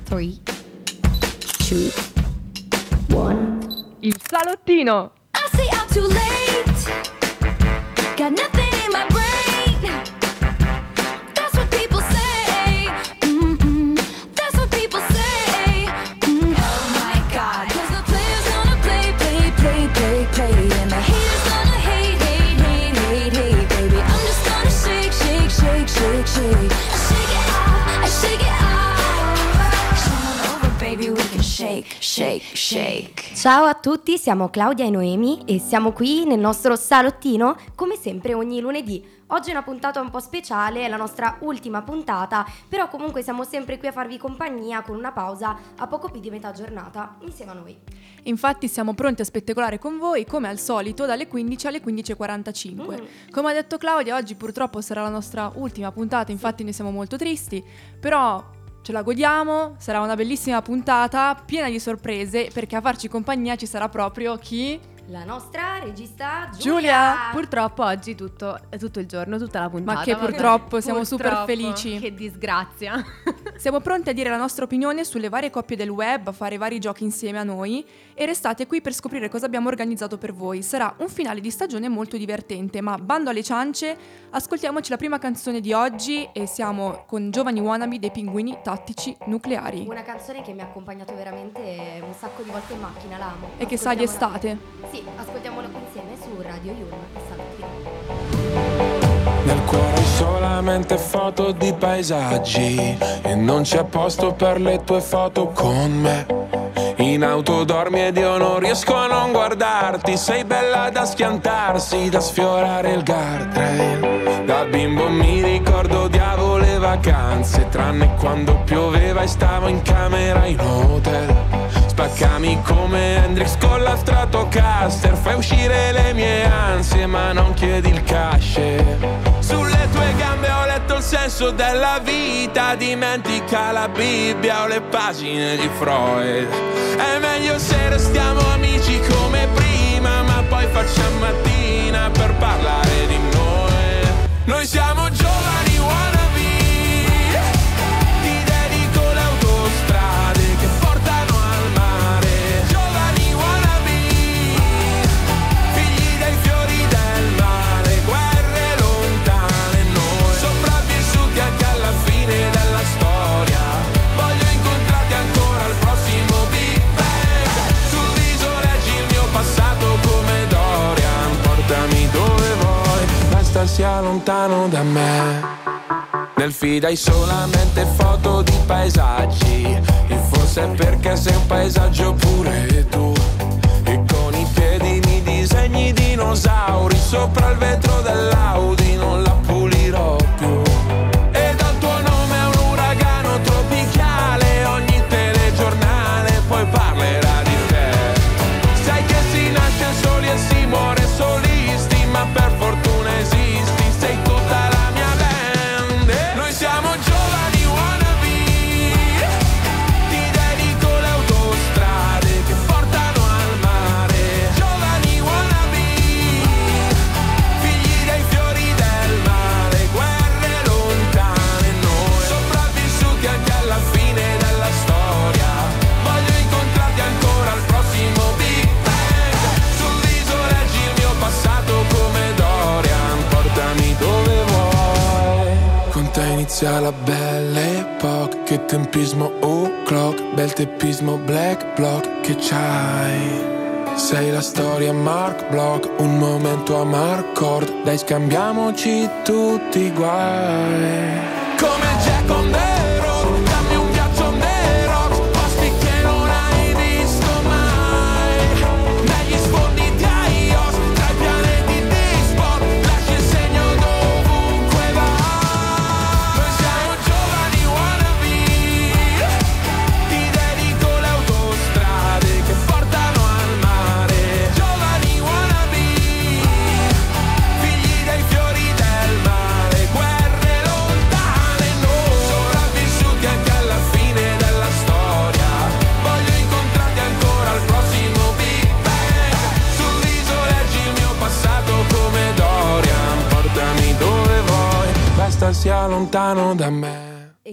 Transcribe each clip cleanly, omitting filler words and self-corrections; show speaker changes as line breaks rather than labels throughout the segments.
3, 2, 1.
Il salottino.
I say I'm too late. Got nothing in my brain. That's what people say. That's what people say. Oh my God. 'Cause the players gonna play, play, play, play, play. And the haters gonna hate, hate, hate, hate, hate. Baby, I'm just gonna shake, shake, shake, shake, shake. I shake it off, I shake it off. Come over, baby, we can shake, shake, shake.
Ciao a tutti, siamo Claudia e Noemi e siamo qui nel nostro salottino come sempre ogni lunedì. Oggi è una puntata un po' speciale, è la nostra ultima puntata, però comunque siamo sempre qui a farvi compagnia con una pausa a poco più di metà giornata insieme a noi.
Infatti siamo pronti a spettacolare con voi come al solito dalle 15 alle 15:45. Come ha detto Claudia, oggi purtroppo sarà la nostra ultima puntata, infatti ne siamo molto tristi, però ce la godiamo, sarà una bellissima puntata piena di sorprese perché a farci compagnia ci sarà proprio chi?
La nostra regista
Giulia!
Purtroppo oggi tutto il giorno, tutta la puntata.
Ma che purtroppo, siamo super
Purtroppo,
felici.
Che disgrazia.
Siamo pronti a dire la nostra opinione sulle varie coppie del web, a fare vari giochi insieme a noi e restate qui per scoprire cosa abbiamo organizzato per voi. Sarà un finale di stagione molto divertente, ma bando alle ciance, ascoltiamoci la prima canzone di oggi e siamo con Giovani Wannabe dei Pinguini Tattici Nucleari.
Una canzone che mi ha accompagnato veramente un sacco di volte in macchina, l'amo.
E che sa di estate.
Sì, ascoltiamolo insieme su Radio Yulm e Salottino.
Nel cuore hai solamente foto di paesaggi e non c'è posto per le tue foto con me. In auto dormi ed io non riesco a non guardarti. Sei bella da schiantarsi, da sfiorare il guardrail. Da bimbo mi ricordo odiavo le vacanze, tranne quando pioveva e stavo in camera in hotel. Spaccami come Hendrix con la Stratocaster. Fai uscire le mie ansie ma non chiedi il cash. Sulle tue gambe ho letto il senso della vita. Dimentica la Bibbia o le pagine di Freud. È meglio se restiamo amici come prima, ma poi facciamo mattina per parlare di noi. Noi siamo giovani wannabe. Ti dedico le autostrade che portano al mare. Giovani wannabe, figli dei fiori del mare. Guerre lontane noi, sopravvissuti anche alla fine della storia. Voglio incontrarti ancora al prossimo Big Bang. Sul viso leggi il mio passato come Dorian. Portami dove vuoi, basta sia lontano da me. Nel feed hai solamente foto di paesaggi e forse è perché sei un paesaggio pure tu. E con i piedi mi disegni dinosauri sopra il vetro dell'Audi, non la pulirò più. E dal tuo nome a un uragano tropicale, ogni telegiornale poi parlerà di te. Sai che si nasce soli e si muore solisti, ma per fortuna esisti, sei tutta la mia band. Noi siamo giovani wannabe. Ti dedico le autostrade che portano al mare. Giovani wannabe, figli dei fiori del mare. Guerre lontane noi, sopravvissuti anche alla fine della storia. Voglio incontrarti ancora al prossimo Big Bang. Sul viso leggi il mio passato come Dorian. Portami dove vuoi. Con te inizia la belle epoca. Che tempismo o'clock, bel teppismo black block che c'hai. Sei la storia Mark Block, un momento a Marcord. Dai scambiamoci tutti i guai. Come Jack on the road, dammi un ghiaccio on the rocks. Posti che non hai visto mai. Negli sfondi di iOS, tra i pianeti di sport. Lasci il segno dovunque vai. Noi siamo giovani wannabe. Ti dedico le autostrade che portano al mare. Giovani wannabe, figli dei fiori del mare. Guerre lontane noi, sopravvissuti anche alla fine della storia. Voglio incontrarti ancora al prossimo Big Bang. Sul viso leggi il mio passato come Dorian. Portami dove vuoi, basta sia lontano da me.
E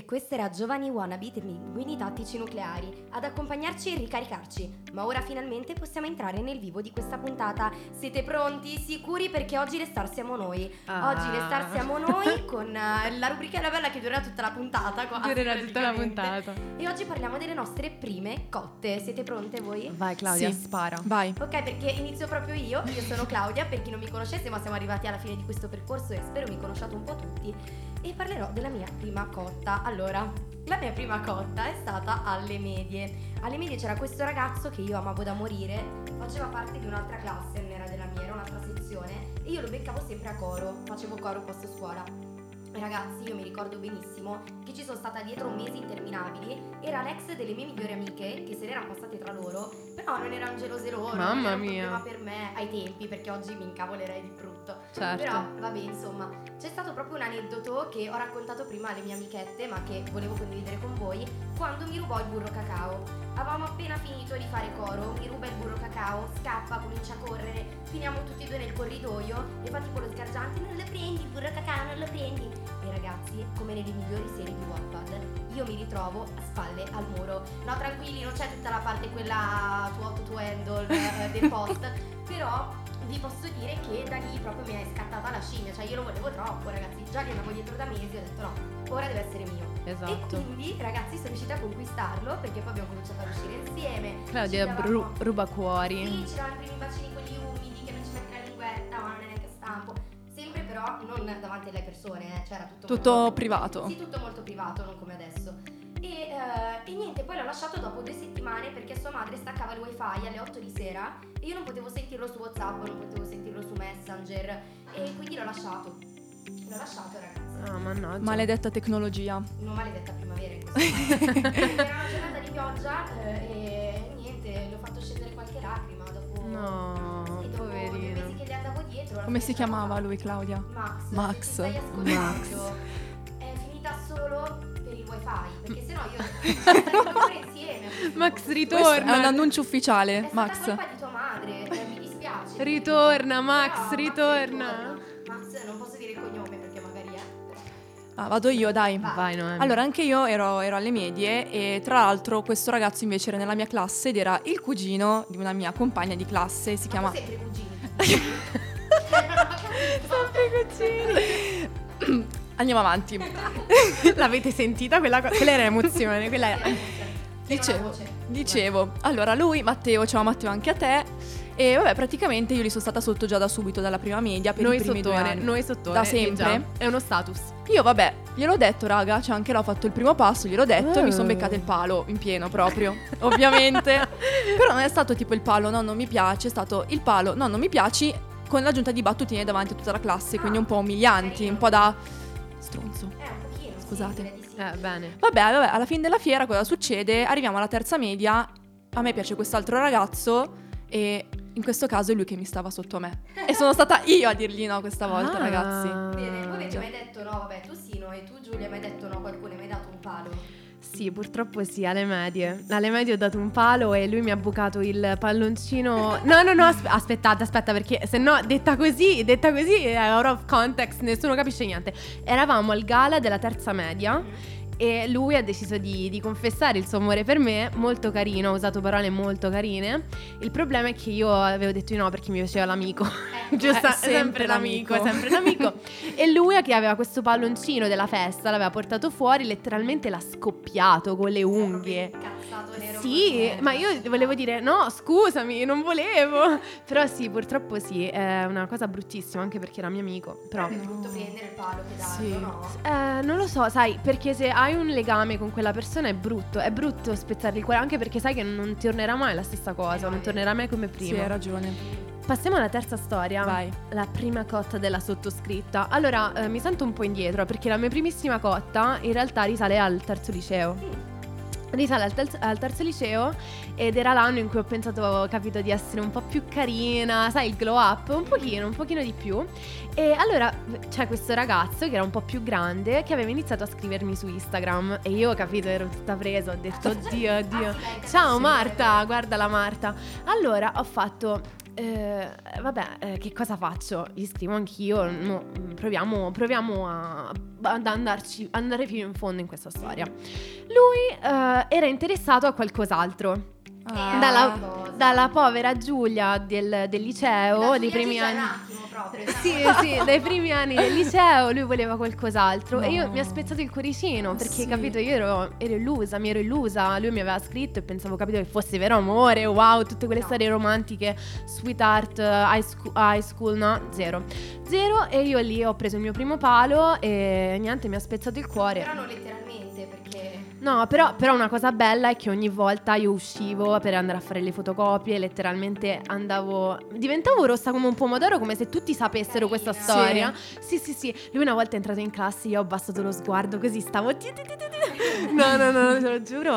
e questa era Giovani Wannabe dei Pinguini Tattici Nucleari, ad accompagnarci e ricaricarci. Ma ora finalmente possiamo entrare nel vivo di questa puntata. Siete pronti? Sicuri? Perché oggi le star siamo noi. Oggi le star siamo noi con la rubrichella bella che durerà tutta la puntata.
Durerà tutta la puntata.
E oggi parliamo delle nostre prime cotte. Siete pronte voi?
Vai Claudia,
Sì.
spara.
Vai.
Ok, perché inizio proprio io sono Claudia, per chi non mi conoscesse, ma siamo arrivati alla fine di questo percorso e spero mi conosciate un po' tutti, e parlerò della mia prima cotta. Allora, la mia prima cotta è stata alle medie. Alle medie c'era questo ragazzo che io amavo da morire, faceva parte di un'altra classe, non era della mia, era un'altra sezione, e io lo beccavo sempre a coro, facevo coro post scuola. E ragazzi, io mi ricordo benissimo che ci sono stata dietro mesi interminabili. Era l'ex delle mie migliori amiche che se ne erano passate tra loro, però non erano gelose loro, non
Mamma
era un
mia.
problema per me ai tempi, perché oggi mi incavolerei di brutto.
Certo.
Però vabbè, insomma, c'è stato proprio un aneddoto che ho raccontato prima alle mie amichette, ma che volevo condividere con voi, quando mi rubò il burro cacao. Avevamo appena finito di fare coro, mi ruba il burro cacao, scappa, comincia a correre, finiamo tutti e due nel corridoio e fa tipo lo sgargiante: non lo prendi il burro cacao, non lo prendi. E ragazzi, come nelle migliori serie di Wattpad, io mi ritrovo a spalle al muro. No, tranquilli, non c'è tutta la parte quella to handle del post, però vi posso dire che da lì proprio mi è scattata la scimmia, cioè io lo volevo troppo, ragazzi, già li andavo dietro da mesi, ho detto no, ora deve essere mio. E
Esatto.
quindi, ragazzi, sono riuscita a conquistarlo, perché poi abbiamo cominciato ad uscire insieme.
Claudia
Ci davamo-
ruba cuori.
Sì, ci davano i primi bacini quelli umidi che non ci mette la linguetta, ma non è neanche stampo. Sempre però non davanti alle persone, cioè era
Tutto
molto
privato.
Sì, tutto molto privato, non come adesso. E niente, poi l'ho lasciato dopo 2 settimane perché sua madre staccava il wifi alle 8 di sera e io non potevo sentirlo su WhatsApp, non potevo sentirlo su Messenger, e quindi l'ho lasciato. L'ho lasciato, ragazzi.
Ah, mannaggia.
Maledetta tecnologia.
Non maledetta primavera in questo caso. Era una giornata di pioggia e niente, l'ho fatto scendere qualche lacrima dopo.
No,
sì, dopo 2
poverino.
mesi che gli andavo dietro. alla
Come
fine
si
ce l'ho
chiamava
fatta.
lui, Claudia?
Max.
Max.
Se ci stai ascoltando, è finita solo per il wifi, perché sennò io saremmo ancora insieme. a questo
Max,
punto.
ritorna.
Questo è un annuncio
È
ufficiale,
stata
Max.
colpa di tua madre, mi dispiace.
Ritorna, Max,
Però
ritorna.
Max, non posso dire il cognome perché magari è.
Ah, vado io, dai.
Vai, Noemi.
Allora, anche io ero alle medie e tra l'altro questo ragazzo invece era nella mia classe ed era il cugino di una mia compagna di classe, si chiama...
Sempre cugini.
Andiamo avanti.
L'avete sentita? Quella era emozione, quella era...
Dicevo, allora lui, Matteo, ciao Matteo anche a te. E vabbè, praticamente io gli sono stata sotto già da subito, dalla prima media, per i primi 2 anni.
Noi sottone.
Da sempre.
È uno status.
Io vabbè, gliel'ho detto raga, cioè anche l'ho fatto il primo passo, gliel'ho detto e mi sono beccata il palo in pieno proprio, ovviamente. Però non è stato tipo il palo, no, non mi piace, è stato il palo, no, non mi piaci, con l'aggiunta di battutine davanti a tutta la classe, quindi un po' umilianti, un po' da stronzo.
Un pochino.
Scusate.
Sì, direi di sì.
Bene.
Vabbè, alla fine della fiera cosa succede? Arriviamo alla terza media, a me piace quest'altro ragazzo e in questo caso è lui che mi stava sotto a me. E sono stata io a dirgli no questa volta, ragazzi.
Bene, voi avete mai detto no? Vabbè, tu sì, no, e tu Giulia hai mai detto no? Qualcuno hai mai dato un palo?
Sì, purtroppo sì, alle medie. Alle medie ho dato un palo e lui mi ha bucato il palloncino. No, aspettate, perché se no, detta così, out of context, nessuno capisce niente. Eravamo al gala della terza media e lui ha deciso di confessare il suo amore per me, molto carino, ha usato parole molto carine. Il problema è che io avevo detto di no perché mi piaceva l'amico. Sempre l'amico. E lui, che aveva questo palloncino della festa, l'aveva portato fuori, letteralmente l'ha scoppiato con le unghie.
Cazzato nero.
Sì, ma io volevo dire no, scusami, non volevo. Però sì, purtroppo sì, è una cosa bruttissima, anche perché era mio amico. Però
È brutto prendere il palo che darlo,
Sì.
no?
non lo so, sai, perché se hai un legame con quella persona è brutto spezzargli il cuore, anche perché sai che non tornerà mai la stessa cosa, non tornerà mai come
Sì,
prima.
hai ragione.
Passiamo alla terza storia.
Vai.
La prima cotta della sottoscritta. Allora, mi sento un po' indietro perché la mia primissima cotta in realtà risale al terzo liceo. Risale al terzo liceo ed era l'anno in cui ho capito di essere un po' più carina, sai, il glow up, un pochino di più. E allora c'è questo ragazzo che era un po' più grande che aveva iniziato a scrivermi su Instagram e io ho capito, ero tutta presa, ho detto oddio. Ciao Marta, guarda la Marta. Allora ho fatto vabbè, che cosa faccio? Gli scrivo anch'io, no, proviamo ad andare fino in fondo in questa storia. Lui era interessato a qualcos'altro. Dalla povera Giulia del liceo, dei primi anni. Sì, dai primi anni del liceo lui voleva qualcos'altro e io mi ha spezzato il cuoricino perché capito, io ero illusa, lui mi aveva scritto e pensavo, capito, che fosse vero amore, wow, tutte quelle storie romantiche, sweetheart, high school, no, zero, e io lì ho preso il mio primo palo e niente, mi ha spezzato il cuore.
Però non letteralmente, perché
No, però una cosa bella è che ogni volta io uscivo per andare a fare le fotocopie, letteralmente diventavo rossa come un pomodoro, come se tutti sapessero questa storia. Sì. Lui una volta è entrato in classe, io ho abbassato lo sguardo così, stavo No, te lo giuro,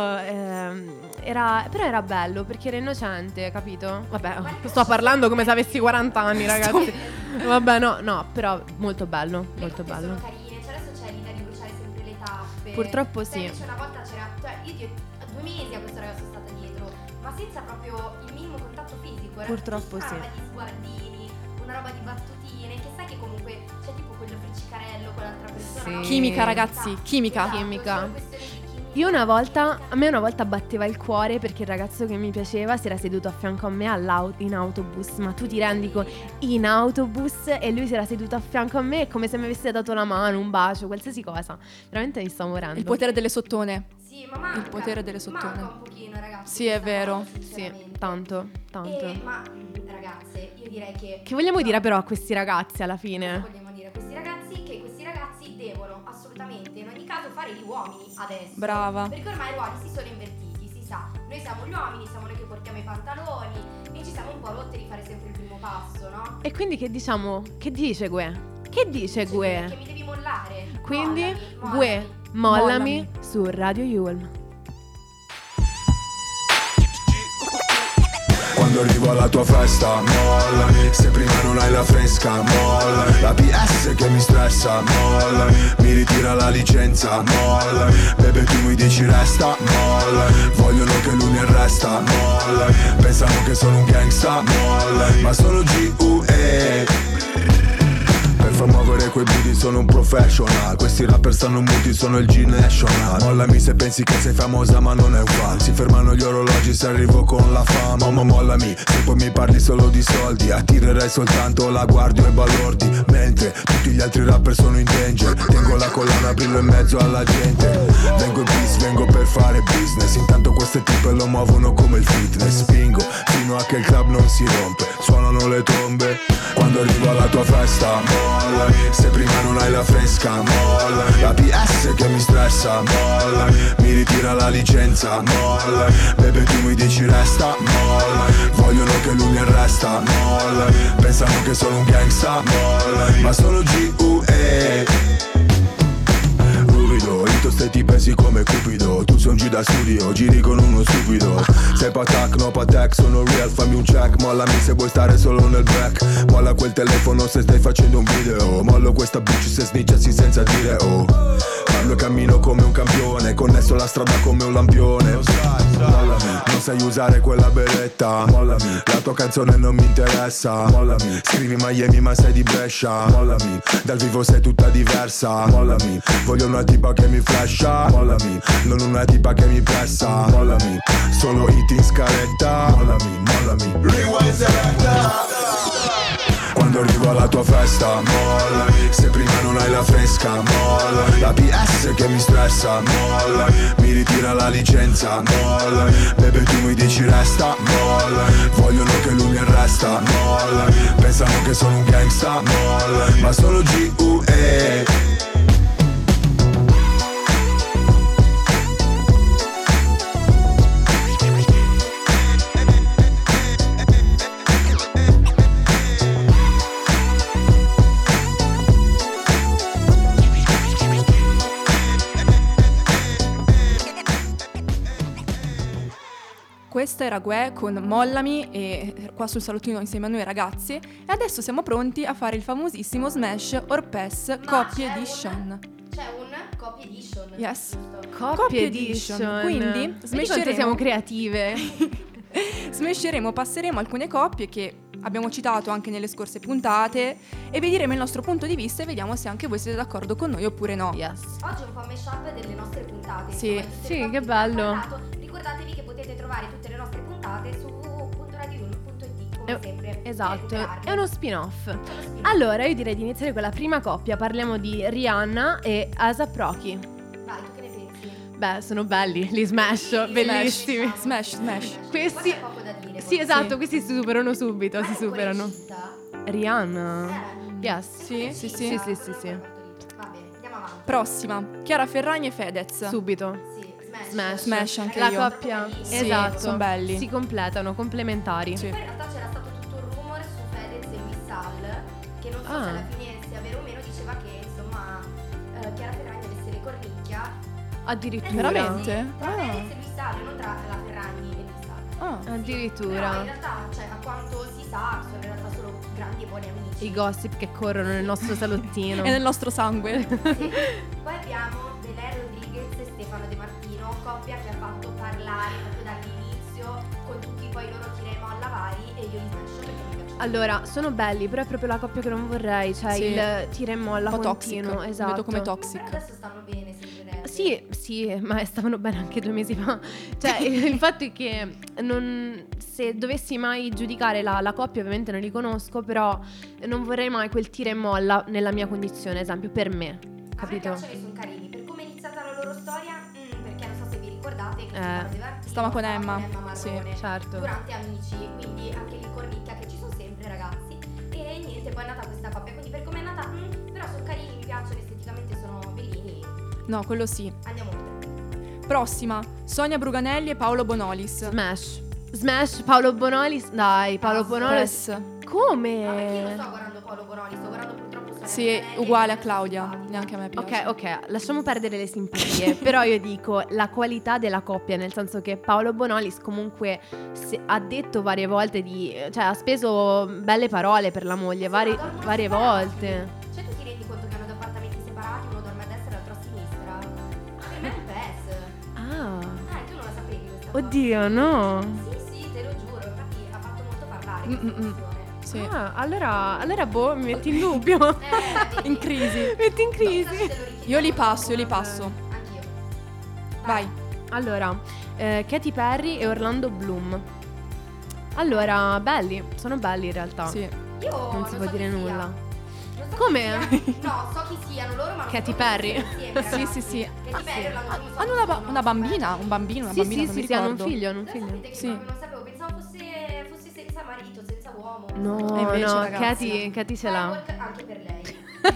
però era bello perché era innocente, capito? Vabbè, sto parlando come se avessi 40 anni, ragazzi. Vabbè, no, però molto bello, molto bello.
sono carine, cioè adesso c'è l'idea di bruciare sempre le tappe.
Purtroppo sì.
Invece una volta io 2 mesi a questo ragazzo sono stata dietro, ma senza proprio il minimo contatto fisico. Era
Purtroppo
una
sì.
roba di sguardini, una roba di battutine, che sai che comunque c'è tipo quello friccicarello con l'altra persona.
Sì.
no?
Chimica, ragazzi, chimica.
Esatto,
Chimica.
solo questione di chimica.
A me una volta batteva il cuore perché il ragazzo che mi piaceva si era seduto a fianco a me in autobus. Ma tu ti rendi conto? In autobus, e lui si era seduto a fianco a me come se mi avesse dato la mano, un bacio, qualsiasi cosa. Veramente mi sto morendo.
Il potere delle sottone.
Sì, ma manca,
Il potere delle sottone.
manca un pochino, ragazzi.
Sì, è
questa
vero.
cosa,
Sì,
sinceramente.
tanto.
Ma ragazze, io direi che
Che vogliamo dire però a questi ragazzi alla fine?
vogliamo dire a questi ragazzi che questi ragazzi devono assolutamente in ogni caso fare gli uomini adesso.
Brava.
Perché ormai i ruoli si sono invertiti, si sa. Noi siamo gli uomini, siamo noi che portiamo i pantaloni e ci siamo un po' rotte di fare sempre il primo passo, no?
E quindi che diciamo? Che dice Gue? Che dice
Che
Gue?
mi devi mollare.
Quindi
Mollami.
Gue, mollami su Radio Yulm.
Quando arrivo alla tua festa, mollami. Se prima non hai la fresca, mollami. La PS che mi stressa, mollami. Mi ritira la licenza, mollami. Bebe tu mi dici resta, mollami. Vogliono che lui mi arresta, mollami. Pensano che sono un gangsta, mollami. Ma sono G.U.E. Per far muovere quei booty sono un professional. Questi rapper stanno muti, sono il G-National. Mollami se pensi che sei famosa ma non è un fan. Si fermano gli orologi se arrivo con la fama. Ma mollami se poi mi parli solo di soldi. Attirerai soltanto la guardia e balordi. Mentre tutti gli altri rapper sono in danger. Tengo la collana, brillo in mezzo alla gente. Vengo in peace, vengo per fare business. Intanto queste tipe lo muovono come il fitness. Spingo fino a che il club non si rompe. Suonano le trombe quando arrivo alla tua festa, mollami. Se prima non hai la fresca, mollami. La PS che mi stressa, mollami. Mi ritira la licenza, mollami. Bebe tu mi dici resta, mollami. Vogliono che lui mi arresta, mollami. Pensano che sono un gangsta, mollami. Ma sono G.U.E. Ito stai ti pensi come Cupido. Tu sei un G da studio, giri con uno stupido. Sei patak, no patak, sono real, fammi un check. Mollami se vuoi stare solo nel back. Molla quel telefono se stai facendo un video. Mollo questa bitch se snitchassi senza dire oh. Parlo e cammino come un campione, connesso la strada come un lampione. Mollami, non sai usare quella beretta. Mollami, la tua canzone non mi interessa. Mollami, scrivi Miami ma sei di Brescia. Mollami, dal vivo sei tutta diversa. Mollami, voglio una tipa che mi flasha. Mollami, non una tipa che mi pressa. Mollami, solo hit in scaletta. Mollami, rewind selecta. Quando arrivo alla tua festa, mollami. Se prima non hai la fresca, mollami. La PS che mi stressa, mollami. Mi ritira la licenza, mollami. Bebe tu mi dici resta, mollami. Vogliono che lui mi arresta, mollami. Pensano che sono un gangsta, mollami. Ma sono G.U.E.
Questa era Gue con Mollami e qua sul salottino insieme a noi ragazzi. E adesso siamo pronti a fare il famosissimo Smash or Pass Coppie Edition.
C'è un copy edition.
Yes.
giusto?
Coppie edition.
Quindi
Vedi quanto siamo creative.
Smasheremo, passeremo alcune coppie che abbiamo citato anche nelle scorse puntate, e vi diremo il nostro punto di vista e vediamo se anche voi siete d'accordo con noi oppure no.
Yes.
Oggi è un po' mashup delle nostre puntate.
Sì.
insomma, tutte le
Sì,
cose
che
di cui abbiamo
bello.
parlato. Ricordatevi che potete trovare tutte le nostre puntate su www.radio1.it come sempre.
Esatto,
recuperarle.
è uno spin-off.
È uno spin-off.
Allora, io direi di iniziare con la prima coppia. Parliamo di Rihanna e A$AP Rocky.
Vai, tu che ne pensi?
Beh, sono belli, li smash, bellissimi.
Smash.
Questi
Poi c'è poco da dire.
sì, esatto,
Sì.
questi si superano subito,
Ma
si
è ancora
superano.
uscita?
Rihanna.
Sì,
Yes.
Sì.
non
sì,
ho
sì.
molto di- Va bene, andiamo avanti.
Prossima, Chiara Ferragni e Fedez.
Subito.
Sì,
Smash.
Smash anche
La
io.
coppia,
Sì,
esatto,
son belli.
si completano, complementari.
Sì.
Poi in realtà c'era stato tutto un rumor su Fedez e Wissal, che non so se alla fine sia vero o meno, diceva che insomma Chiara Ferragni avesse le cornicchia.
Addirittura.
Veramente?
Tra
Ah.
Fedez e Wissal, non tra la Ferragni e Wissal.
Ah.
Però in
Addirittura.
realtà, cioè, a quanto si sa, sono in realtà solo grandi e buoni amici.
I gossip che corrono nel nostro salottino.
È nel nostro sangue.
Sì. Poi abbiamo Belen Rodriguez e Stefano De Martino, coppia che ha fatto parlare proprio dall'inizio con tutti poi i loro tira e molla vari, e io li smascio perché mi piacciono.
Allora, sono belli, però è proprio la coppia che non vorrei, cioè
Sì.
il tira e molla
Un po' toxic.
continuo,
Li
esatto.
vedo come
Però
toxic.
adesso stanno bene, sembrerebbe.
Sì, ma stavano bene anche 2 mesi fa. Cioè, il fatto è che se dovessi mai giudicare la coppia, ovviamente non li conosco, però non vorrei mai quel tira e molla nella mia condizione, esempio, per me.
A me
Capito?
piacciono e sono carini. Per come è iniziata la loro storia, perché non so se vi ricordate che Stefano De Martino
stava con
stava
Emma,
Marrone
sì,
certo.
durante Amici, quindi anche lì cornicchia che ci sono sempre, ragazzi. E niente, poi è nata questa coppia, quindi per come è nata, però sono carini, mi piacciono, esteticamente sono bellini.
No, quello sì.
Andiamo oltre.
Prossima, Sonia Bruganelli e Paolo Bonolis.
Smash, Paolo Bonolis. Dai, Paolo Bonolis.
Press.
Come?
Ma perché io non sto guardando Paolo Bonoli, sto guardando purtroppo Sonia
Sì,
Bruganelli,
uguale a
che
Claudia.
sono simpatica.
Neanche a me piace.
Ok, lasciamo perdere le simpatie. Però io dico la qualità della coppia, nel senso che Paolo Bonolis comunque ha detto varie volte cioè ha speso belle parole per la moglie,
Sì, ma
varie
dormono
volte.
separati. Cioè tu ti rendi conto che hanno due appartamenti separati, uno dorme a destra e l'altro a sinistra? Per me è un PES.
Ah,
Tu non la sapevi questa cosa?
oddio, no.
Sì, te lo giuro, infatti ha fatto molto parlare questa questione.
Sì.
Ah, allora boh, mi metti in dubbio.
Vedi?
In crisi.
metti in
Chissà se
crisi.
te lo richiediamo
Io li passo,
dopo.
io li passo.
Anch'io.
Vai.
Allora, Katy Perry e Orlando Bloom. Allora, sono belli in realtà.
Sì.
Io
Non si può
so
dire
chi
nulla.
sia. Non so
Come?
chi sia. No, so chi siano loro, ma non
Katy
so
Perry?
come siano insieme,
Sì,
ragazzi.
sì, sì.
Katy Perry e Orlando Bloom so
Hanno
chi sono.
una bambina, un bambino, una
Sì,
bambina,
sì,
non mi
sì, hanno un
ricordo.
figlio,
Sapete che
Sì.
proprio non sapevo, pensavo fosse senza marito, senza uomo.
No,
E invece,
no,
ragazzi,
Katy ce l'ha.
Anche per lei.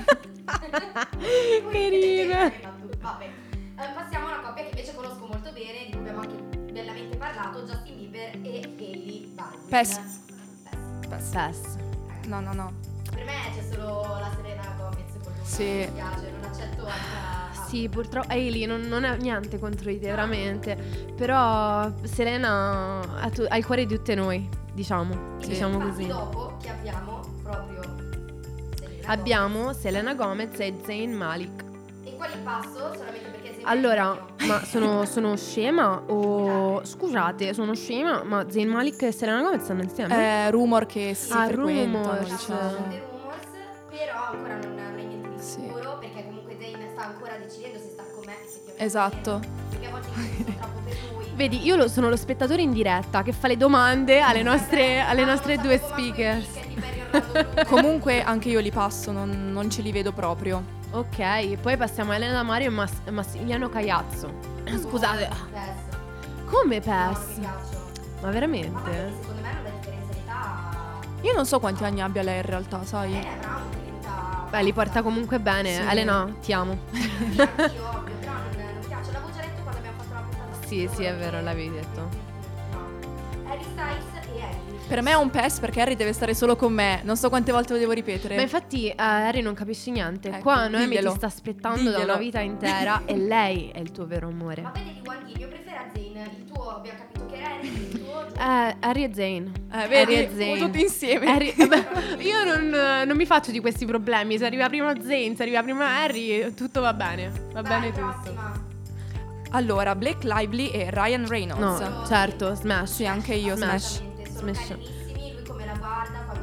Carina.
Vabbè. Passiamo a una coppia che invece conosco molto bene, di cui abbiamo anche bellamente parlato, Justin Bieber e Hailey Baldwin.
Pes.
Pass.
No.
Per me c'è solo la Selena Gomez con lui.
Sì.
Mi spiace, non accetto altra.
Sì, purtroppo Hailey non è niente contro di te, veramente. Però Selena ha il cuore di tutte noi, diciamo.
E
Diciamo
infatti
così.
dopo che abbiamo proprio Selena
Abbiamo Selena Gomez e Zayn Malik.
Gomez. E quali passo? Solamente perché Zayn
Allora,
Malik
ma sono scema o... Scusate, sono scema, ma Zayn Malik e Selena Gomez stanno insieme?
Rumor che si
Ah,
frequentano,
rumors.
diciamo.
sono dei rumors, però ancora non è niente di
Sì.
sicuro, perché comunque Zayn sta ancora decidendo se sta con me effettivamente.
Esatto.
Perché a volte sono troppo per lui.
Vedi, io sono lo spettatore in diretta che fa le domande alle nostre due speakers.
Comunque anche io li passo, non ce li vedo proprio.
Ok, poi passiamo a Elena Mario e Massimiliano Cagliazzo. Scusate, come
No, non mi
PES?
piacciono.
Ma
Ma
veramente?
perché secondo me hanno una differenza di età.
Io non so quanti anni abbia lei in realtà, sai?
Avrà un 30.
Beh, li porta comunque bene.
Sì.
Elena, ti amo.
Sì, anch'io, ovvio, però non mi piace. L'avevo già detto quando abbiamo fatto la puntata.
Sì, è vero, l'avevi detto.
No. Harry Styles e Harry.
Per me è un PES perché Harry deve stare solo con me. Non so quante volte lo devo ripetere.
Ma infatti Harry non capisci niente.
Ecco,
Qua Noemi ti
diglielo.
sta aspettando da
Diglielo.
una vita intera e lei è il tuo vero amore.
Ma vedi di One, il mio preferito Zayn. Il tuo abbiamo capito che era Harry, il tuo giusto?
Harry e Zayn.
Vedi?
Harry e Zayn.
Tutti insieme.
Io non mi faccio di questi problemi. Se arriva prima Zayn, se arriva prima Harry, tutto va bene. Va
Vai,
bene tutto.
prossima.
Allora, Blake Lively e Ryan Reynolds.
No, certo, smash.
Sì, anche io, Smash.
Assolutamente, sono
Smash.
carinissimi. Lui come la guarda quando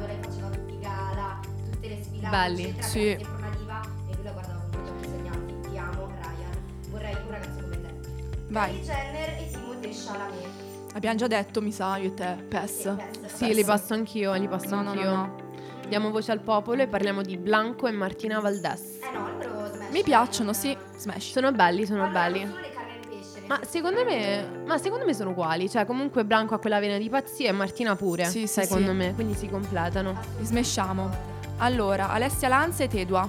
belli.
eccetera,
Sì.
che era sempre una diva, e lui la guardava con quegli occhi sognanti. Ti amo, Ryan, vorrei un ragazzo come te.
Vai.
Kylie Jenner e Timothée Chalamet.
Abbiamo già detto, mi sa, io e te. Pass.
Sì, li passo anch'io, li passo
No, no,
anch'io.
no.
Diamo voce al popolo e parliamo di Blanco e Martina Valdés.
No, però Smash.
Mi piacciono, sì. Smash.
Sono belli, sono
Parlano
belli.
solo le carne e il pesce.
Ma secondo me sono uguali. Cioè, comunque Blanco ha quella vena di pazzia e Martina pure.
Sì, sì,
secondo
sì.
me. Quindi si completano.
Li smesciamo. Allora, Alessia Lanza e Tedua.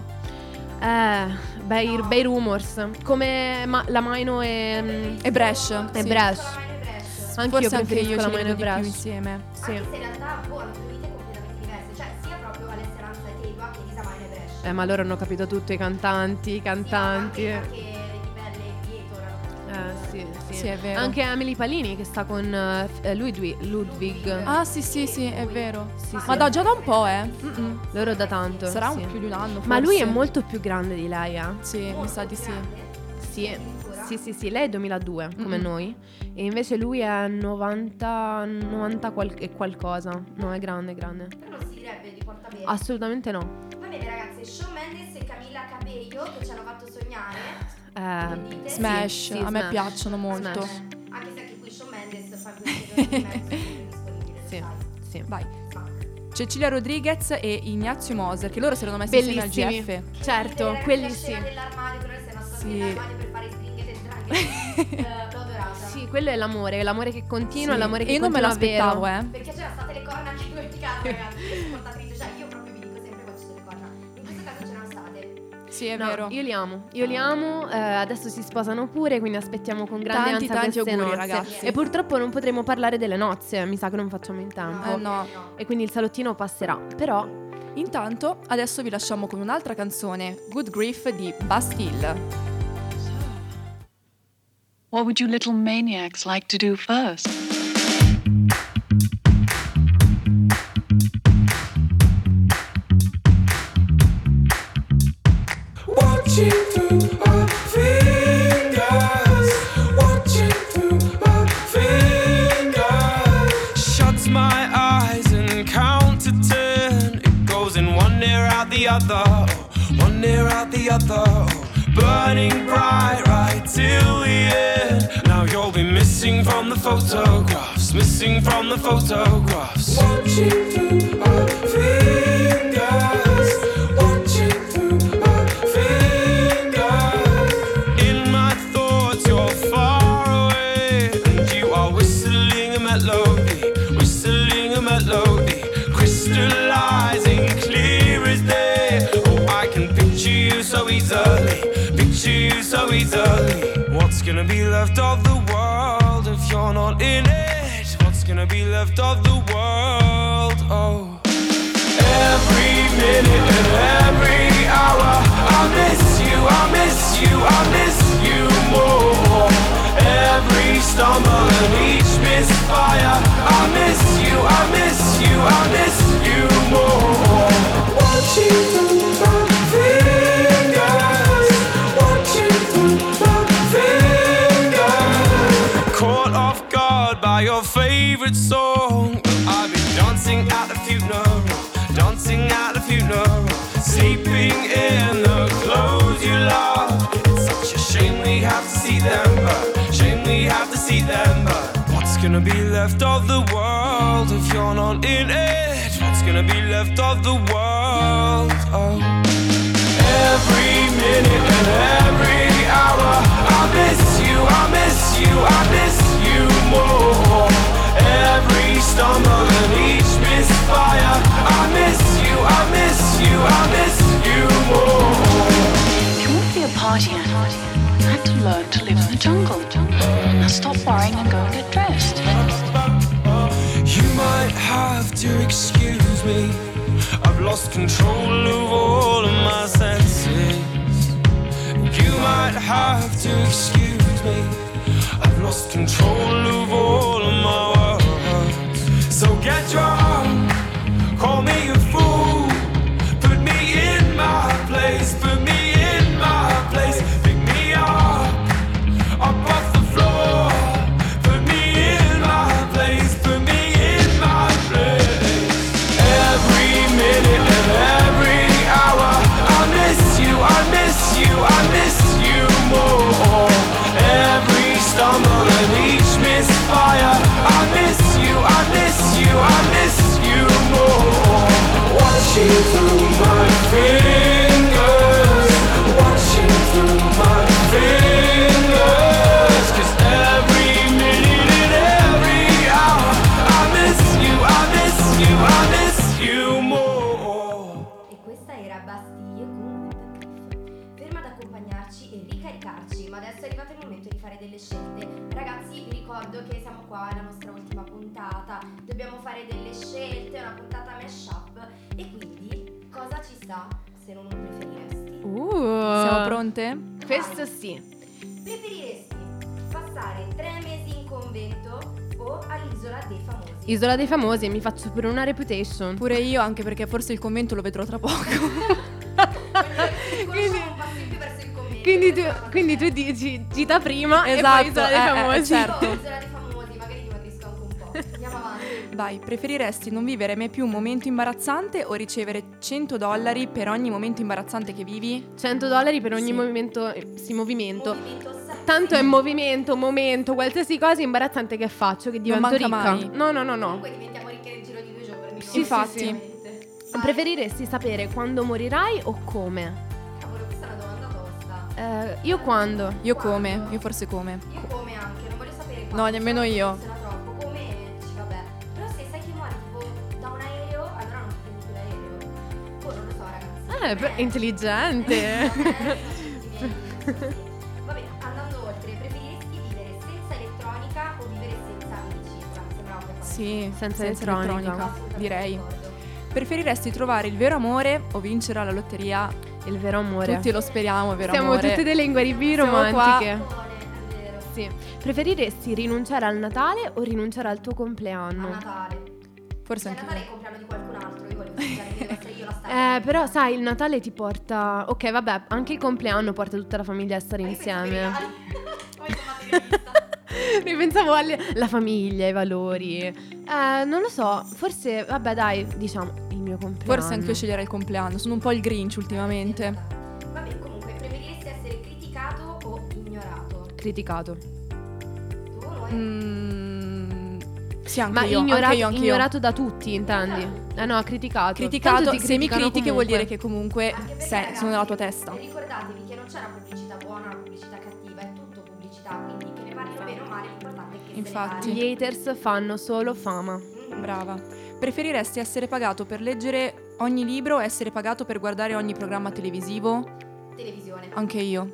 Bei rumors. Come la Maino e
Bresh.
e
sì.
Bresh. Anch'io
Forse anche
preferisco
io
la
ci
Maino
vedo
e
di più
Bresh.
insieme.
Sì.
Anche se in realtà hanno due vite completamente diverse. Cioè, sia proprio Alessia Lanza e Tedua che Lisa Maino e Brescia.
Ma loro hanno capito tutto, i cantanti.
Anche Ricky Belle e Pietro erano
Sì, sì.
Sì, è vero.
Anche Emily Palini che sta con Ludwig.
Ah, sì, sì, sì, è vero.
Sì,
Ma
sì.
già da un po', eh. Mm-mm.
Loro da tanto.
Sarà
sì.
più di un anno,
Ma lui è
forse.
molto più grande di lei, eh?
Sì, mi sa di sì.
Sì. Sì, lei è 2002 come
Mm-mm.
noi e invece lui è 90 e qualcosa. No, è grande.
Però non si direbbe di porta bene.
Assolutamente no.
Va bene ragazze, Shawn Mendes e Camilla Cabello che ci hanno fatto sognare. Che dite?
Smash,
Sì,
a me
Smash.
piacciono molto.
Smash.
Anche se anche qui Shawn Mendes fa più disponibile,
Sì,
lo sai.
sì.
Vai.
Smack.
Cecilia Rodriguez e Ignazio Moser, che loro si erano messi insieme al
Bellissimi.
GF.
Certo,
La
quelli
scena
sì.
dell'armadio, che loro si erano nascosti
Sì.
nell'armadio per fare stringhe e l'ho adorata.
Sì, quello è l'amore che continua,
Sì.
l'amore che
E io non me
continua
l'aspettavo,
vero.
Perché c'erano state le corna anche in quel caso, ragazzi. Portatrice, cioè io proprio vi dico sempre quando ci sono le corna. In questo caso c'erano state.
Sì, è
No,
vero.
io li amo, adesso si sposano pure, quindi aspettiamo con grande
Tanti,
ansia
tanti
queste
auguri,
nozze.
ragazzi.
E purtroppo non potremo parlare delle nozze, mi sa che non facciamo in tempo.
no.
E quindi il salottino passerà, però
Intanto, adesso vi lasciamo con un'altra canzone, Good Grief di Bastille.
What would you little maniacs like to do first?
Watching through my fingers, watching through my fingers. Shuts my eyes and count to 10. It goes in one ear out the other, one ear out the other. Burning bright right till the end. Now you'll be missing from the photographs, missing from the photographs. Watching through my fingers, watching through my fingers. In my thoughts you're far away, and you are whistling a melody, whistling a melody, crystallizing clear as day. Oh, I can picture you so easily, picture you so easily. What's gonna be left of the world if you're not in it? What's gonna be left of the world? Oh, every minute and every hour I miss you, I miss you, I miss you more. Every stumble and each misfire I miss you, I miss you, I miss you more. Watching through my fingers, watching through my fingers. Caught off guard by your favorite song, I've been dancing at the funeral, dancing at the funeral, sleeping in the clothes you love. It's such a shame we have to see them, but shame we have to see them, but what's gonna be left of the world if you're not in it? What's gonna be left of the world? Oh, every minute and every hour I miss you, I miss you, I miss you more. Every stumble and each misfire I miss you, I miss you, I miss you more.
If you want to be a party animal, you have to learn to live in the jungle. Now stop worrying and go and get dressed.
You might have to excuse me, I've lost control of all of my senses. You might have to excuse me, I've lost control of all of my words. So get drunk, call me a fool, put me in my place, put me in my place, pick me up off the floor, put me in my place, put me in my place. Every minute and every hour
ricordo che siamo qua, è la nostra ultima puntata, dobbiamo fare delle scelte, una puntata mashup, e quindi cosa ci sta se non un preferiresti?
Siamo pronte?
Questo sì.
Preferiresti passare 3 mesi in convento o all'isola dei famosi?
Isola dei famosi, mi faccio pure una reputation.
Pure io, anche perché forse il convento lo vedrò tra poco.
Conosciamo un passo in più verso il convento.
Quindi tu dici gita prima
Esatto,
e poi Isola dei famosi.
certo.
Isola dei famosi, magari dimagrisco anche un po'. Andiamo avanti.
Vai, preferiresti non vivere mai più un momento imbarazzante o ricevere $100 per ogni momento imbarazzante che vivi?
$100 per ogni
Sì.
movimento.
Movimento
Tanto è movimento, qualsiasi cosa imbarazzante che faccio, che divento
manca
ricca.
mai.
No.
Comunque diventiamo ricche nel giro di 2 giorni.
Sì,
Infatti.
Vai.
Preferiresti sapere quando morirai o come?
Cavolo, questa è una domanda tosta.
Io quando?
Io come? Io forse come?
Io come anche, non voglio sapere
No,
quando.
nemmeno io.
Funziona troppo, come dici vabbè. Però se sai che muori tipo da un aereo, allora non prendi più l'aereo. Oh, non lo so ragazzi.
Intelligente.
Vabbè, andando oltre, preferiresti vivere senza elettronica o vivere senza amici? Guarda, mi sembrava che fosse
Sì,
Senza elettronica.
assolutamente
direi.
d'accordo.
Preferiresti trovare il vero amore o vincere alla lotteria?
Il vero amore.
Tutti lo speriamo, vero
Siamo
amore.
tutte delle inguaribili
Siamo qua.
romantiche.
Buone, è vero.
Sì. Preferiresti rinunciare al Natale o rinunciare al tuo
A
compleanno?
Natale.
Forse
Cioè,
anche
Natale è
io.
il compleanno di qualcun altro, io voglio festeggiare che deve essere io la stare.
Però sai, il Natale ti porta. Ok, vabbè, anche il compleanno porta tutta la famiglia a stare insieme.
Poi sono materialista.
Ripensavo alla famiglia, ai valori. Non lo so, forse, vabbè, dai, diciamo il mio compleanno.
Forse anche io sceglierei il compleanno. Sono un po' il Grinch ultimamente.
Vabbè, comunque, preferiresti essere criticato o ignorato?
Criticato.
Tu, noi?
Sì, anche
Ma
io.
ignorato,
anche io.
ignorato da tutti, intendi? No, criticato.
Criticato,
Tanto ti
se mi
criticano
critichi vuol dire
comunque.
che comunque
Anche perché,
sono
ragazzi,
nella tua testa.
Ricordatevi che non c'è una pubblicità buona, una pubblicità cattiva, è tutto pubblicità, quindi che ne parlino bene o male, l'importante è che
Infatti.
se ne
Gli haters fanno solo fama.
parli.
Brava. Preferiresti essere pagato per leggere ogni libro o essere pagato per guardare ogni programma televisivo?
Televisione.
Anche io.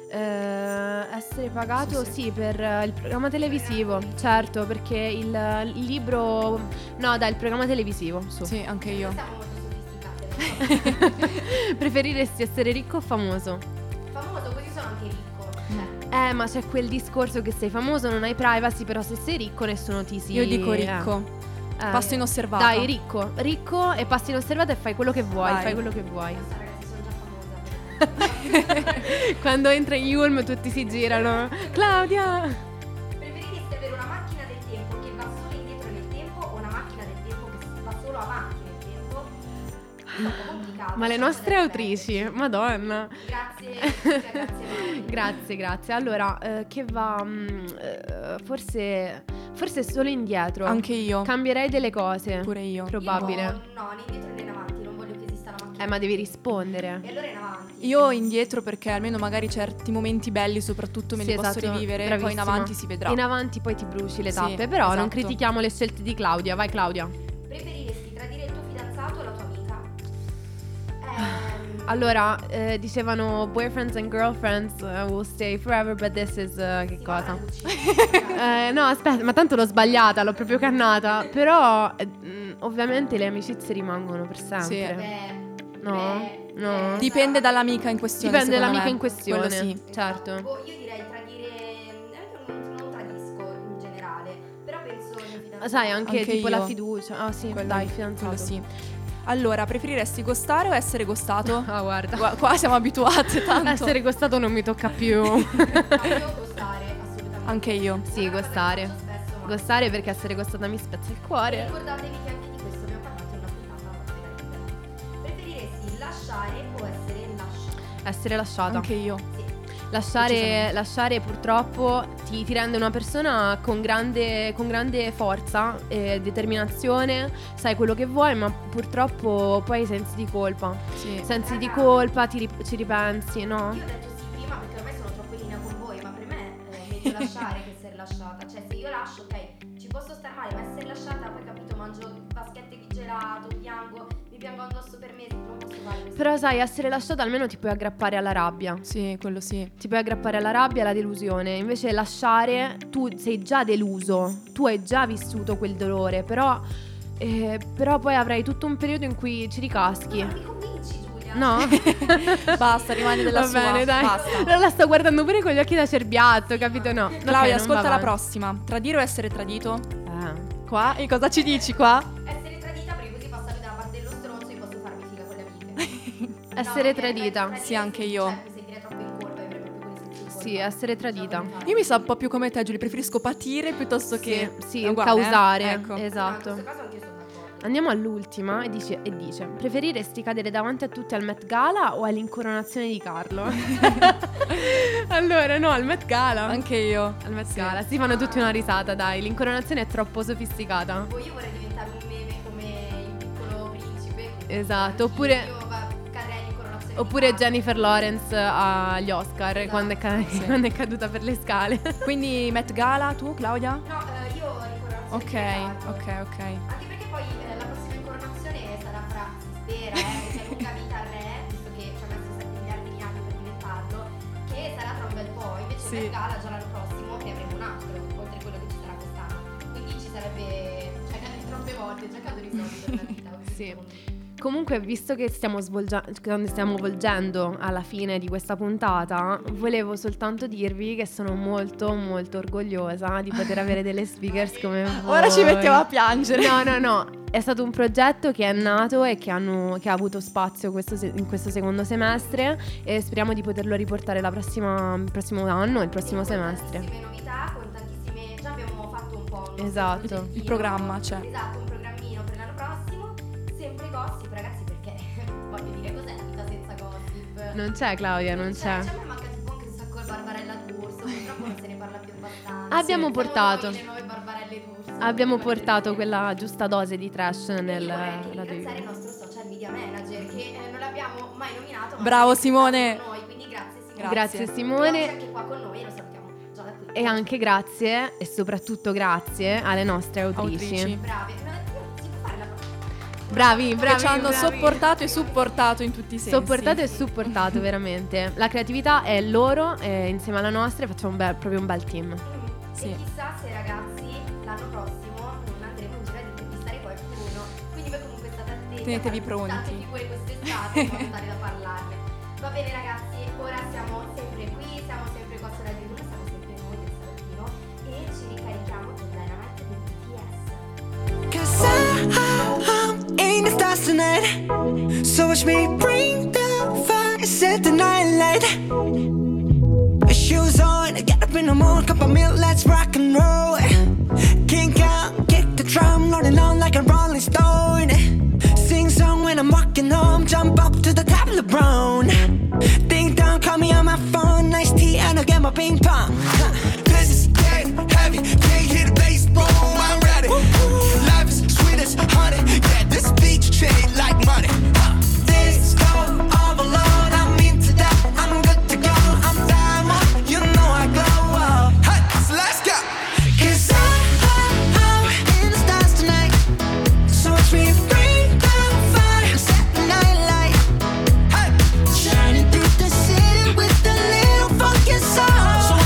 Essere pagato
Sì,
sì, per il programma televisivo, certo, perché il libro. No, dai, il programma televisivo. Su.
Sì, anche io.
Siamo molto sofisticate. lo so.
Preferiresti essere ricco o famoso?
Famoso, così sono anche ricco. Cioè,
Ma c'è quel discorso che sei famoso, non hai privacy, però se sei ricco nessuno ti si.
Io dico ricco. Passo inosservata.
Dai, ricco e passi inosservato e fai quello che vuoi,
Vai.
fai quello che vuoi.
adesso, ragazzi, sono già famosa.
Quando entra in Yulm tutti si girano. Claudia!
Preferiresti avere una macchina del tempo che va solo indietro nel tempo o una macchina del tempo che va solo avanti nel tempo? È un po' complicato.
Ma le nostre autrici, madonna.
Grazie, grazie Mari.
Grazie. Allora, che va forse solo indietro.
Anche io.
Cambierei delle cose.
Pure io.
Probabile.
Io no, né indietro né in avanti, non voglio che esista la macchina.
Ma devi rispondere.
E allora in avanti.
Io indietro perché almeno magari certi momenti belli soprattutto me li
Sì,
posso
esatto,
rivivere, poi in
bravissima.
avanti si vedrà.
In avanti poi ti bruci le
Sì,
tappe. Però non
esatto.
critichiamo le scelte di Claudia. Vai Claudia.
Preferiresti tradire il tuo fidanzato o la tua amica?
Allora, dicevano boyfriends and girlfriends will stay forever, but this is che
sì,
cosa?
guarda, Lucia.
No, aspetta, ma tanto l'ho sbagliata, l'ho proprio cannata. Però ovviamente le amicizie rimangono per sempre.
Beh,
No?
beh,
No?
Dipende dall'amica in questione.
Dipende
secondo
dall'amica
me.
in questione.
Quello sì.
Certo.
Boh, io direi tradire. Non tradisco in generale. Però penso al mio fidanzato.
Sai, anche
Anche
tipo
io.
la fiducia. Ah sì,
Quello-
dai,
quello
fidanzato.
sì. Allora, preferiresti gostare o essere gostato?
Ah, guarda.
Qua siamo abituate tanto.
Essere costato non mi tocca più.
No, io gostare, assolutamente.
Anche io.
Sì,
Una cosa che
gostare.
faccio spesso, ma-
Gostare perché essere costata mi spezza il
E
cuore.
ricordatevi che anche di questo abbiamo parlato in una puntata magari. Preferiresti lasciare o essere lasciato?
Essere lasciata.
Anche io.
Sì.
Lasciare purtroppo ti rende una persona con grande forza e determinazione, sai quello che vuoi, ma purtroppo poi sensi di colpa.
Sì.
Sensi di colpa, ci ripensi, no?
Io ho detto sì prima perché ormai sono troppo in linea con voi, ma per me è meglio lasciare che essere lasciata. Cioè, se io lascio, ok, ci posso star male, ma essere lasciata, poi capito, mangio vaschette di gelato, mi piango addosso per mesi, non posso fare questo.
Però sai, essere lasciata almeno ti puoi aggrappare alla rabbia.
Sì, quello sì.
Ti puoi aggrappare alla rabbia e alla delusione. Invece lasciare, tu sei già deluso, tu hai già vissuto quel dolore, però poi avrai tutto un periodo in cui ci ricaschi.
Ma mi convinci, Giulia?
No?
Basta, rimane della
Va
sua.
bene, dai.
Basta.
Allora la sto guardando pure con gli occhi da cerbiatto, capito? No. Ok,
Claudia,
non
ascolta
va
la
avanti.
prossima. Tradire o essere tradito?
Eh.
Qua? E cosa ci dici qua?
Essere tradita perché così passare dalla parte dello stronzo e posso farmi figa con le amiche.
Essere
perché
tradita.
tradire
Sì, anche io.
Cioè, mi sentirei troppo in colpa, io avrei proprio quelle sensazioni di
Sì,
colpa.
essere tradita.
Non so come fare.
Io mi sa un po' più come te, Giulia. Preferisco patire piuttosto che
Sì,
uguale,
causare.
Ecco.
No, in
Esatto.
questo caso anche io sono d'accordo.
Andiamo all'ultima e dice: preferiresti cadere davanti a tutti al Met Gala o all'incoronazione di Carlo? Allora, no, al Met Gala.
Anche io.
Al Met Gala. Si fanno tutti una risata, dai. L'incoronazione è troppo sofisticata.
Poi io vorrei diventare un meme come il piccolo principe. quindi
Esatto,
anch'io
oppure-
cadrei in coronazione di
Oppure
Carlo.
Jennifer Lawrence agli Oscar
Esatto.
quando,
Sì.
quando è caduta per le scale.
Quindi Met Gala, tu Claudia?
No, io incoronazione
Ok,
di Carlo.
ok.
Anche perché poi la prossima incoronazione sarà fra, si spera, che lunga vita al re, visto che ci ha messo 7 miliardi di anni per diventarlo, che sarà tra un bel po'. Invece
Sì.
Met Gala già l'anno prossimo ne avremo un altro, oltre quello che ci sarà quest'anno. Quindi ci sarebbe, cioè cade troppe volte, già cadono i soldi per la vita. quindi
Sì.
secondo me.
Comunque, visto che stiamo volgendo alla fine di questa puntata, volevo soltanto dirvi che sono molto molto orgogliosa di poter avere delle speakers come voi.
Ora ci mettiamo a piangere.
No, è stato un progetto che è nato e che ha avuto spazio in questo secondo semestre e speriamo di poterlo riportare il prossimo anno, il prossimo semestre.
Con tantissime novità, con tantissime, già abbiamo fatto un po' un
Esatto.
progettino,
Il programma c'è.
Esatto, un programmino per l'anno prossimo, sempre gossip, ragazzi, perché voglio dire, cos'è la vita senza gossip?
Non c'è, Claudia, non c'è.
Cioè, a me manca tipo anche un sacco di Barbarella D'Urso, purtroppo non se ne parla più abbastanza.
Abbiamo
Siamo
portato.
noi le nuove Barbarelle D'Urso.
Abbiamo
per
portato
dire.
quella giusta dose di trash
Io
nel
vorrei anche
radio.
ringraziare il nostro social media manager che non l'abbiamo mai nominato, ma
Bravo,
è stato
Simone.
con noi, quindi grazie Simone.
Grazie
Oggi
Simone.
anche qua con noi e lo salutiamo già da qui.
E anche grazie e soprattutto grazie alle nostre autrici.
Bravi. Si può fare la
Bravi,
Che ci hanno sopportato e supportato in tutti i sensi.
Sopportato e supportato veramente. La creatività è loro e insieme alla nostra facciamo proprio un bel team.
Sì.
E chissà se ragazzi l'anno prossimo non andremo in giro ad intervistare qualcuno. Quindi voi comunque state attenti.
Tenetevi
a fare
pronti.
puntate pure quest'estate in modo tale da parlarne. Va bene ragazzi, ora siamo sempre qui, siamo sempre qua su Radio 1, siamo sempre noi del Salottino e ci ricarichiamo con Dynamite di BTS.
'Cause I'm in the stars tonight. So watch me bring the fire, set the night light. Shoes on, get up in the morning, cup of milk, let's rock and roll. Kink out, kick the drum, rolling on like a rolling stone. Sing song when I'm walking home, jump up to the top of the brown. Ding dong, call me on my phone, nice tea and I'll get my ping pong. This is getting heavy, can't hear the bass, boom, I'm ready. Life is sweet as honey, yeah, this beach chain like money. This go all alone, I'm into that, I'm good to go, I'm diamond, you know I glow. Hey, so let's go. 'Cause I'm in the stars tonight, so watch me bring the fire, set the night light. Hey, shining through the city with a little funky soul. So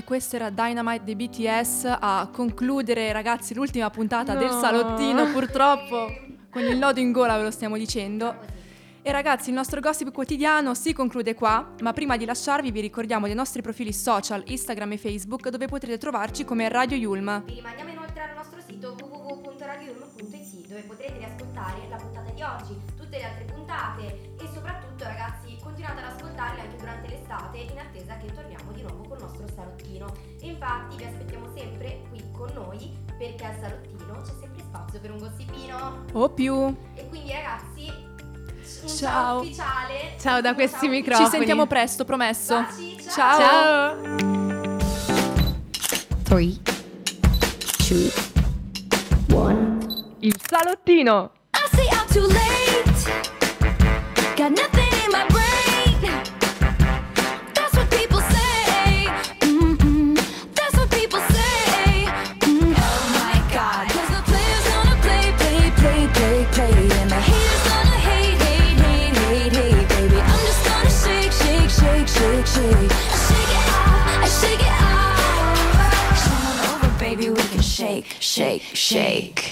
questo era Dynamite dei BTS a concludere, ragazzi, l'ultima puntata del
No.
salottino, purtroppo con il nodo in gola ve lo stiamo dicendo. E ragazzi, il nostro gossip quotidiano si conclude qua, ma prima di lasciarvi vi ricordiamo dei nostri profili social, Instagram e Facebook, dove potrete trovarci come Radio Yulm.
Vi rimandiamo inoltre al nostro sito www.radioyulm.it, dove potrete riascoltare la puntata di oggi, tutte le altre puntate e soprattutto, ragazzi, continuate ad ascoltarle anche durante l'estate in attesa che torniamo di nuovo col nostro salottino. E infatti vi aspettiamo sempre qui con noi, perché al salottino c'è sempre spazio per un gossipino.
O più.
E quindi, ragazzi, un
Ciao.
ciao ufficiale.
Ciao da questi
Ciao.
microfoni.
Ci sentiamo presto, promesso.
Baci, ciao.
Ciao.
3, 2, 1.
Il salottino.
I say I'm too late. Got nothing in my brain. That's what people say. That's what people say. Oh my God. 'Cause the players gonna play, play, play, play, play, and the haters gonna hate, hate, hate, hate, hate, baby. I'm just gonna shake, shake, shake, shake, shake. I shake it off, I shake it off. Come on over, baby, we can shake, shake, shake.